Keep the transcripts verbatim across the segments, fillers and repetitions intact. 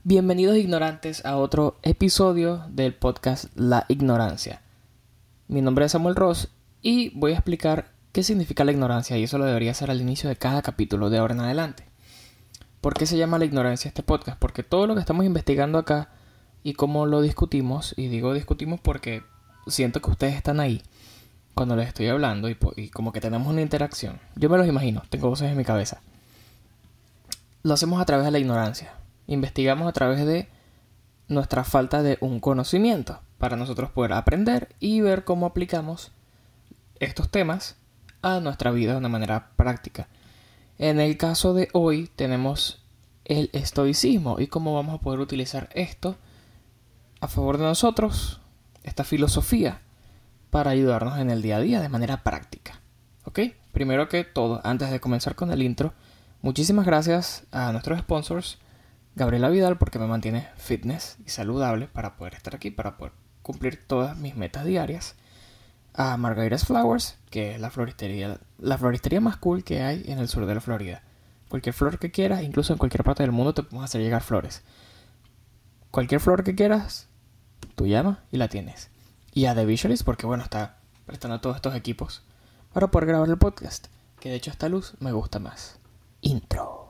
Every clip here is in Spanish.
Bienvenidos ignorantes a otro episodio del podcast La Ignorancia. Mi nombre es Samuel Ross y voy a explicar qué significa la ignorancia, y eso lo debería hacer al inicio de cada capítulo de ahora en adelante. ¿Por qué se llama la ignorancia este podcast? Porque todo lo que estamos investigando acá y cómo lo discutimos, y digo discutimos porque siento que ustedes están ahí cuando les estoy hablando y, y como que tenemos una interacción. Yo me los imagino, tengo voces en mi cabeza. Lo hacemos a través de la ignorancia. Investigamos a través de nuestra falta de un conocimiento para nosotros poder aprender y ver cómo aplicamos estos temas a nuestra vida de una manera práctica. En el caso de hoy tenemos el estoicismo y cómo vamos a poder utilizar esto a favor de nosotros, esta filosofía, para ayudarnos en el día a día de manera práctica. ¿Ok? Primero que todo, antes de comenzar con el intro, muchísimas gracias a nuestros sponsors, Gabriela Vidal, porque me mantiene fitness y saludable para poder estar aquí, para poder cumplir todas mis metas diarias. A Margaritas Flowers, que es la floristería, la floristería más cool que hay en el sur de la Florida. Cualquier flor que quieras, incluso en cualquier parte del mundo te podemos hacer llegar flores. Cualquier flor que quieras, tú llamas y la tienes. Y a The Visualist, porque bueno, está prestando todos estos equipos para poder grabar el podcast, que de hecho esta luz me gusta más. Intro.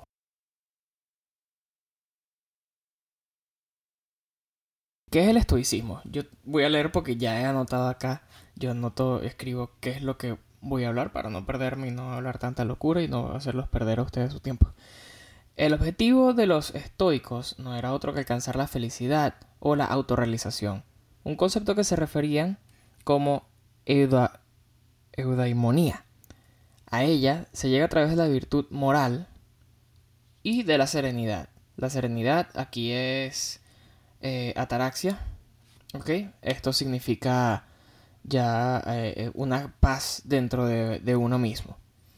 ¿Qué es el estoicismo? Yo voy a leer porque ya he anotado acá. Yo anoto, escribo qué es lo que voy a hablar para no perderme y no hablar tanta locura y no hacerlos perder a ustedes su tiempo. El objetivo de los estoicos no era otro que alcanzar la felicidad o la autorrealización. Un concepto que se referían como euda, eudaimonía. A ella se llega a través de la virtud moral y de la serenidad. La serenidad aquí es eh, ataraxia, ¿ok? Esto significa ya eh, una paz dentro de, de uno mismo.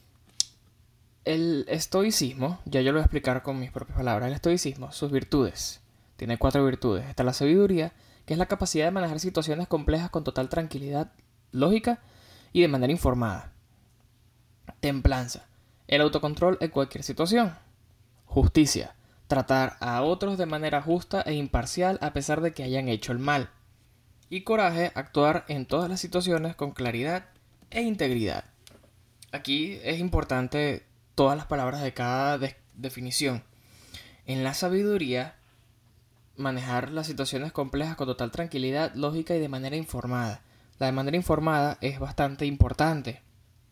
El estoicismo, ya yo lo voy a explicar con mis propias palabras. El estoicismo, sus virtudes. Tiene cuatro virtudes. Está la sabiduría, que es la capacidad de manejar situaciones complejas con total tranquilidad, lógica y de manera informada. Templanza, el autocontrol en cualquier situación. Justicia, tratar a otros de manera justa e imparcial a pesar de que hayan hecho el mal. Y coraje, actuar en todas las situaciones con claridad e integridad. Aquí es importante todas las palabras de cada de- definición. En la sabiduría, manejar las situaciones complejas con total tranquilidad, lógica y de manera informada. La de manera informada es bastante importante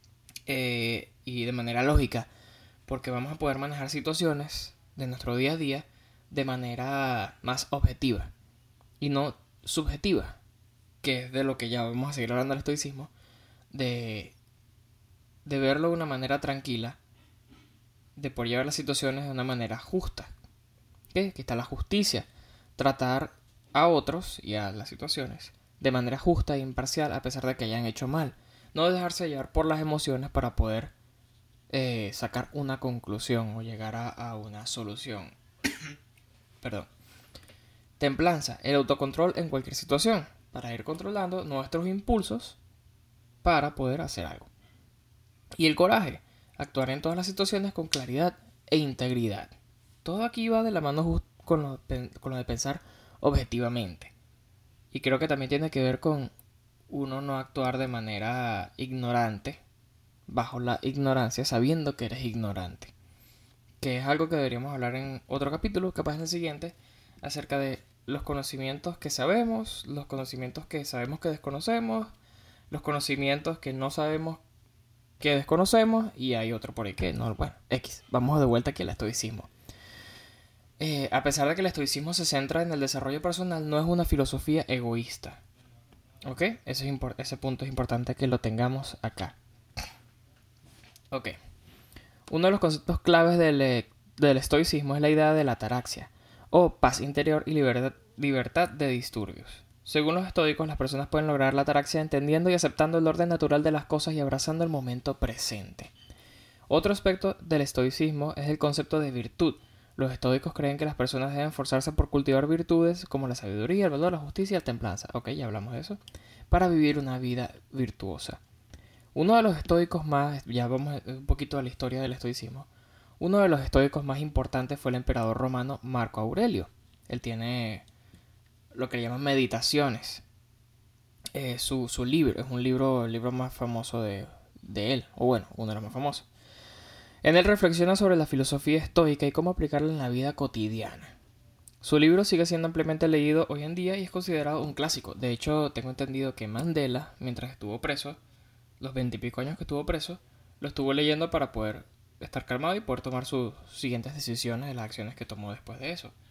eh, y de manera lógica, porque vamos a poder manejar situaciones de nuestro día a día de manera más objetiva y no subjetiva, que es de lo que ya vamos a seguir hablando del estoicismo, de, de verlo de una manera tranquila, de poder llevar las situaciones de una manera justa. ¿Qué? Aquí está la justicia, tratar a otros y a las situaciones de manera justa e imparcial a pesar de que hayan hecho mal. No dejarse llevar por las emociones para poder eh, sacar una conclusión o llegar a, a una solución. Perdón. Templanza, el autocontrol en cualquier situación, para ir controlando nuestros impulsos para poder hacer algo. Y el coraje, actuar en todas las situaciones con claridad e integridad. Todo aquí va de la mano con lo, con lo de pensar objetivamente. Y creo que también tiene que ver con uno no actuar de manera ignorante, bajo la ignorancia, sabiendo que eres ignorante. Que es algo que deberíamos hablar en otro capítulo, capaz en el siguiente, acerca de los conocimientos que sabemos, los conocimientos que sabemos que desconocemos, los conocimientos que no sabemos que desconocemos, y hay otro por ahí que no, bueno, X. Vamos de vuelta aquí al estoicismo. Eh, a pesar de que el estoicismo se centra en el desarrollo personal, no es una filosofía egoísta. ¿Ok? Ese, es impor- ese punto es importante que lo tengamos acá. Ok. Uno de los conceptos claves del, eh, del estoicismo es la idea de la ataraxia, o paz interior y libertad, libertad de disturbios. Según los estoicos, las personas pueden lograr la ataraxia entendiendo y aceptando el orden natural de las cosas y abrazando el momento presente. Otro aspecto del estoicismo es el concepto de virtud. Los estoicos creen que las personas deben esforzarse por cultivar virtudes como la sabiduría, el valor, la justicia y la templanza. Ok, ya hablamos de eso. Para vivir una vida virtuosa. Uno de los estoicos más, ya vamos un poquito a la historia del estoicismo. Uno de los estoicos más importantes fue el emperador romano Marco Aurelio. Él tiene lo que le llaman meditaciones. Eh, su, su libro, es un libro, el libro más famoso de, de él, o bueno, uno de los más famosos. En él reflexiona sobre la filosofía estoica y cómo aplicarla en la vida cotidiana. Su libro sigue siendo ampliamente leído hoy en día y es considerado un clásico. De hecho, tengo entendido que Mandela, mientras estuvo preso, los veintipico años que estuvo preso, lo estuvo leyendo para poder estar calmado y poder tomar sus siguientes decisiones de las acciones que tomó después de eso.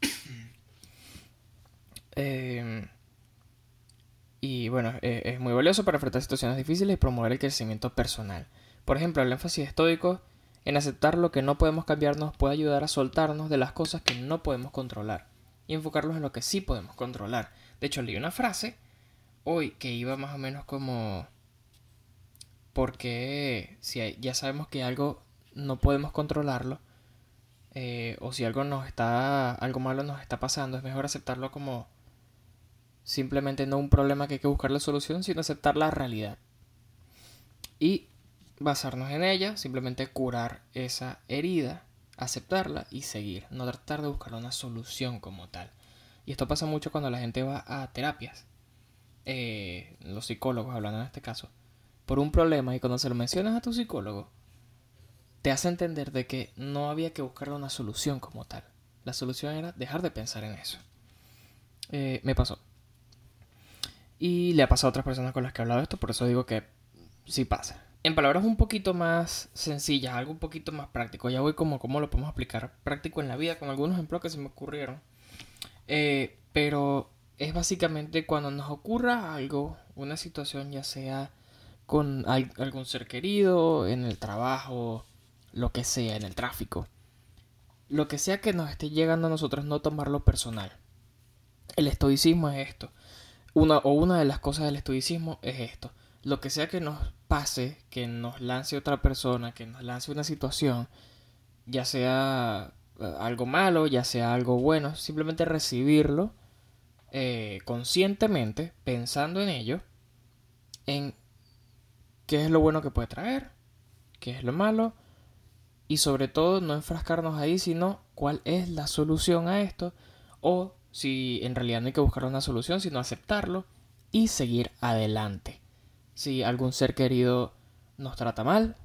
eh, y bueno, eh, es muy valioso para enfrentar situaciones difíciles y promover el crecimiento personal. Por ejemplo, el énfasis estoico en aceptar lo que no podemos cambiar nos puede ayudar a soltarnos de las cosas que no podemos controlar y enfocarnos en lo que sí podemos controlar. De hecho, leí una frase hoy que iba más o menos como: porque si hay, ya sabemos que algo no podemos controlarlo, eh, o si algo nos está, algo malo nos está pasando, es mejor aceptarlo como simplemente no un problema que hay que buscar la solución, sino aceptar la realidad y basarnos en ella, simplemente curar esa herida, aceptarla y seguir, no tratar de buscar una solución como tal. Y esto pasa mucho cuando la gente va a terapias, eh, los psicólogos hablando en este caso, por un problema, y cuando se lo mencionas a tu psicólogo, te hace entender de que no había que buscar una solución como tal. La solución era dejar de pensar en eso. Eh, me pasó. Y le ha pasado a otras personas con las que he hablado de esto, por eso digo que sí pasa. En palabras un poquito más sencillas, algo un poquito más práctico, ya voy como cómo lo podemos aplicar práctico en la vida, con algunos ejemplos que se me ocurrieron. Eh, pero es básicamente cuando nos ocurra algo, una situación, ya sea con al- algún ser querido, en el trabajo, lo que sea, en el tráfico. Lo que sea que nos esté llegando a nosotros, no tomarlo personal. El estoicismo es esto. Una, o una de las cosas del estoicismo es esto. Lo que sea que nos pase, que nos lance otra persona, que nos lance una situación, ya sea eh, algo malo, ya sea algo bueno, simplemente recibirlo eh, conscientemente, pensando en ello, en qué es lo bueno que puede traer, qué es lo malo, y sobre todo no enfrascarnos ahí, sino cuál es la solución a esto, o si en realidad no hay que buscar una solución, sino aceptarlo y seguir adelante. Si algún ser querido nos trata mal,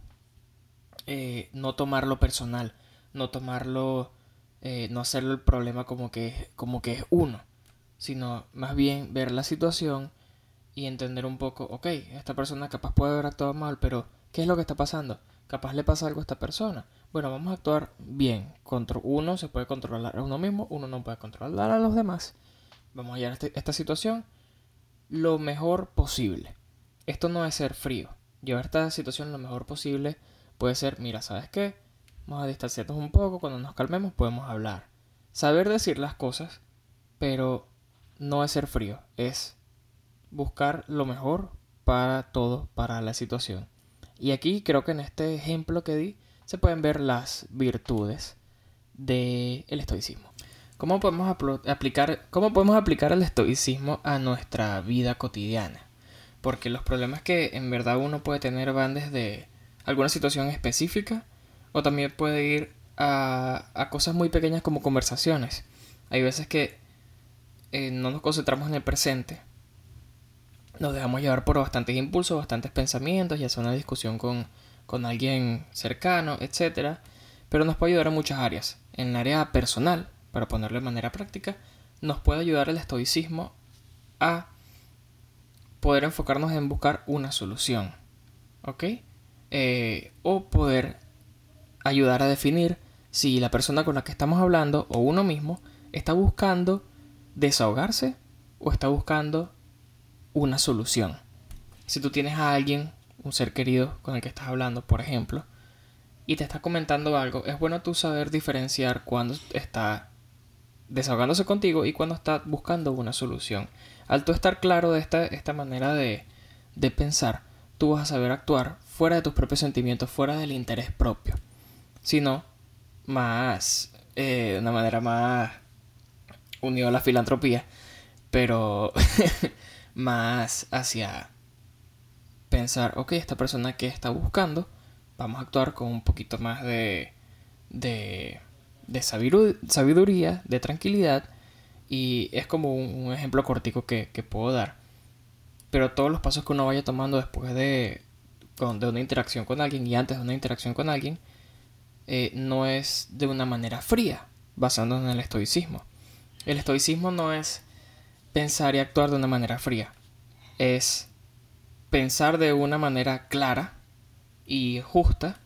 eh, no tomarlo personal, no tomarlo, eh, no hacerlo el problema como que, como que es uno, sino más bien ver la situación y entender un poco, ok, esta persona capaz puede haber actuado mal, pero ¿qué es lo que está pasando? Capaz le pasa algo a esta persona. Bueno, vamos a actuar bien. Contro uno se puede controlar a uno mismo, uno no puede controlar a los demás. Vamos a llevar este, esta situación lo mejor posible. Esto no es ser frío. Llevar esta situación lo mejor posible puede ser, mira, ¿sabes qué? Vamos a distanciarnos un poco, cuando nos calmemos podemos hablar. Saber decir las cosas, pero no es ser frío, es buscar lo mejor para todo, para la situación. Y aquí creo que en este ejemplo que di se pueden ver las virtudes del estoicismo. ¿Cómo podemos aplicar, ¿Cómo podemos aplicar el estoicismo a nuestra vida cotidiana? Porque los problemas que en verdad uno puede tener van desde alguna situación específica o también puede ir a, a cosas muy pequeñas como conversaciones. Hay veces que eh, no nos concentramos en el presente, nos dejamos llevar por bastantes impulsos, bastantes pensamientos, ya sea una discusión con, con alguien cercano, etcétera. Pero nos puede ayudar en muchas áreas. En el área personal, para ponerlo de manera práctica, nos puede ayudar el estoicismo a poder enfocarnos en buscar una solución, ¿ok? Eh, o poder ayudar a definir si la persona con la que estamos hablando o uno mismo está buscando desahogarse o está buscando una solución. Si tú tienes a alguien, un ser querido con el que estás hablando, por ejemplo, y te está comentando algo, es bueno tú saber diferenciar cuando está desahogándose contigo y cuando está buscando una solución. Al tú estar claro de esta, esta manera de, de pensar, tú vas a saber actuar fuera de tus propios sentimientos, fuera del interés propio, sino más, eh, de una manera más unido a la filantropía, pero más hacia pensar, ok, esta persona que está buscando, vamos a actuar con un poquito más de, de, de sabiduría, de tranquilidad, Y es como un, un ejemplo cortico que, que puedo dar. Pero todos los pasos que uno vaya tomando después de, de una interacción con alguien y antes de una interacción con alguien, eh, no es de una manera fría, basándonos en el estoicismo. El estoicismo no es pensar y actuar de una manera fría. Es pensar de una manera clara y justa.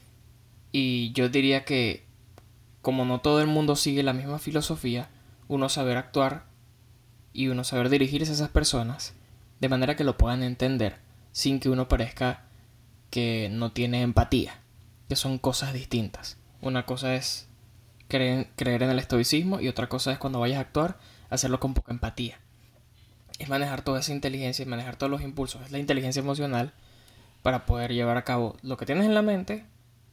Y yo diría que, como no todo el mundo sigue la misma filosofía, uno saber actuar y uno saber dirigirse a esas personas de manera que lo puedan entender sin que uno parezca que no tiene empatía, que son cosas distintas. Una cosa es creer, creer en el estoicismo y otra cosa es cuando vayas a actuar, hacerlo con poca empatía. Es manejar toda esa inteligencia y manejar todos los impulsos. Es la inteligencia emocional para poder llevar a cabo lo que tienes en la mente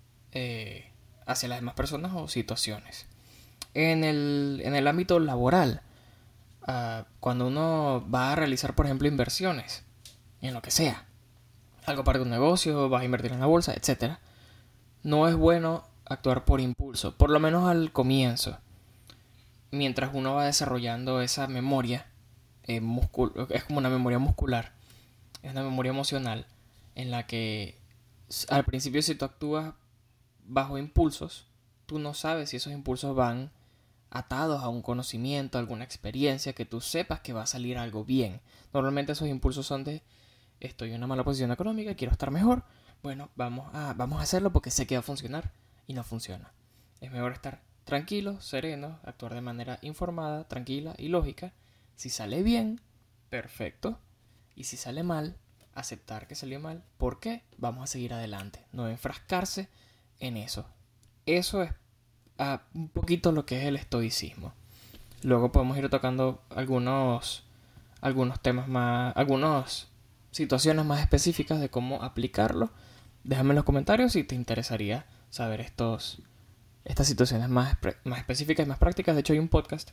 eh, hacia las demás personas o situaciones. En el, en el ámbito laboral, uh, cuando uno va a realizar, por ejemplo, inversiones, en lo que sea, algo para un negocio, vas a invertir en la bolsa, etcétera, no es bueno actuar por impulso, por lo menos al comienzo, mientras uno va desarrollando esa memoria, eh, muscul- es como una memoria muscular, es una memoria emocional, en la que al principio si tú actúas bajo impulsos, tú no sabes si esos impulsos van atados a un conocimiento, a alguna experiencia, que tú sepas que va a salir algo bien. Normalmente esos impulsos son de estoy en una mala posición económica, quiero estar mejor, bueno, vamos a, vamos a hacerlo porque sé que va a funcionar y no funciona. Es mejor estar tranquilo, sereno, actuar de manera informada, tranquila y lógica. Si sale bien, perfecto. Y si sale mal, aceptar que salió mal. ¿Por qué? Vamos a seguir adelante. No enfrascarse en eso. Eso es uh, un poquito lo que es el estoicismo. Luego podemos ir tocando algunos, algunos temas más, algunas situaciones más específicas de cómo aplicarlo. Déjame en los comentarios si te interesaría saber estos, estas situaciones más, más específicas y más prácticas. De hecho hay un podcast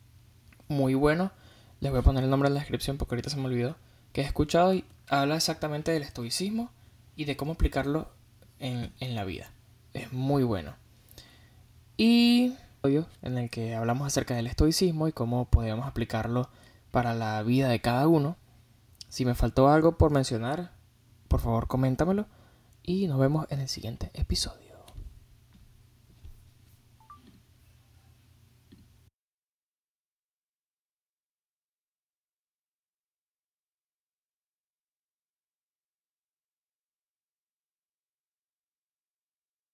muy bueno. Les voy a poner el nombre en la descripción porque ahorita se me olvidó. Que he escuchado y habla exactamente del estoicismo y de cómo aplicarlo en, en la vida. Es muy bueno. Y en el que hablamos acerca del estoicismo y cómo podemos aplicarlo para la vida de cada uno. Si me faltó algo por mencionar, por favor coméntamelo y nos vemos en el siguiente episodio.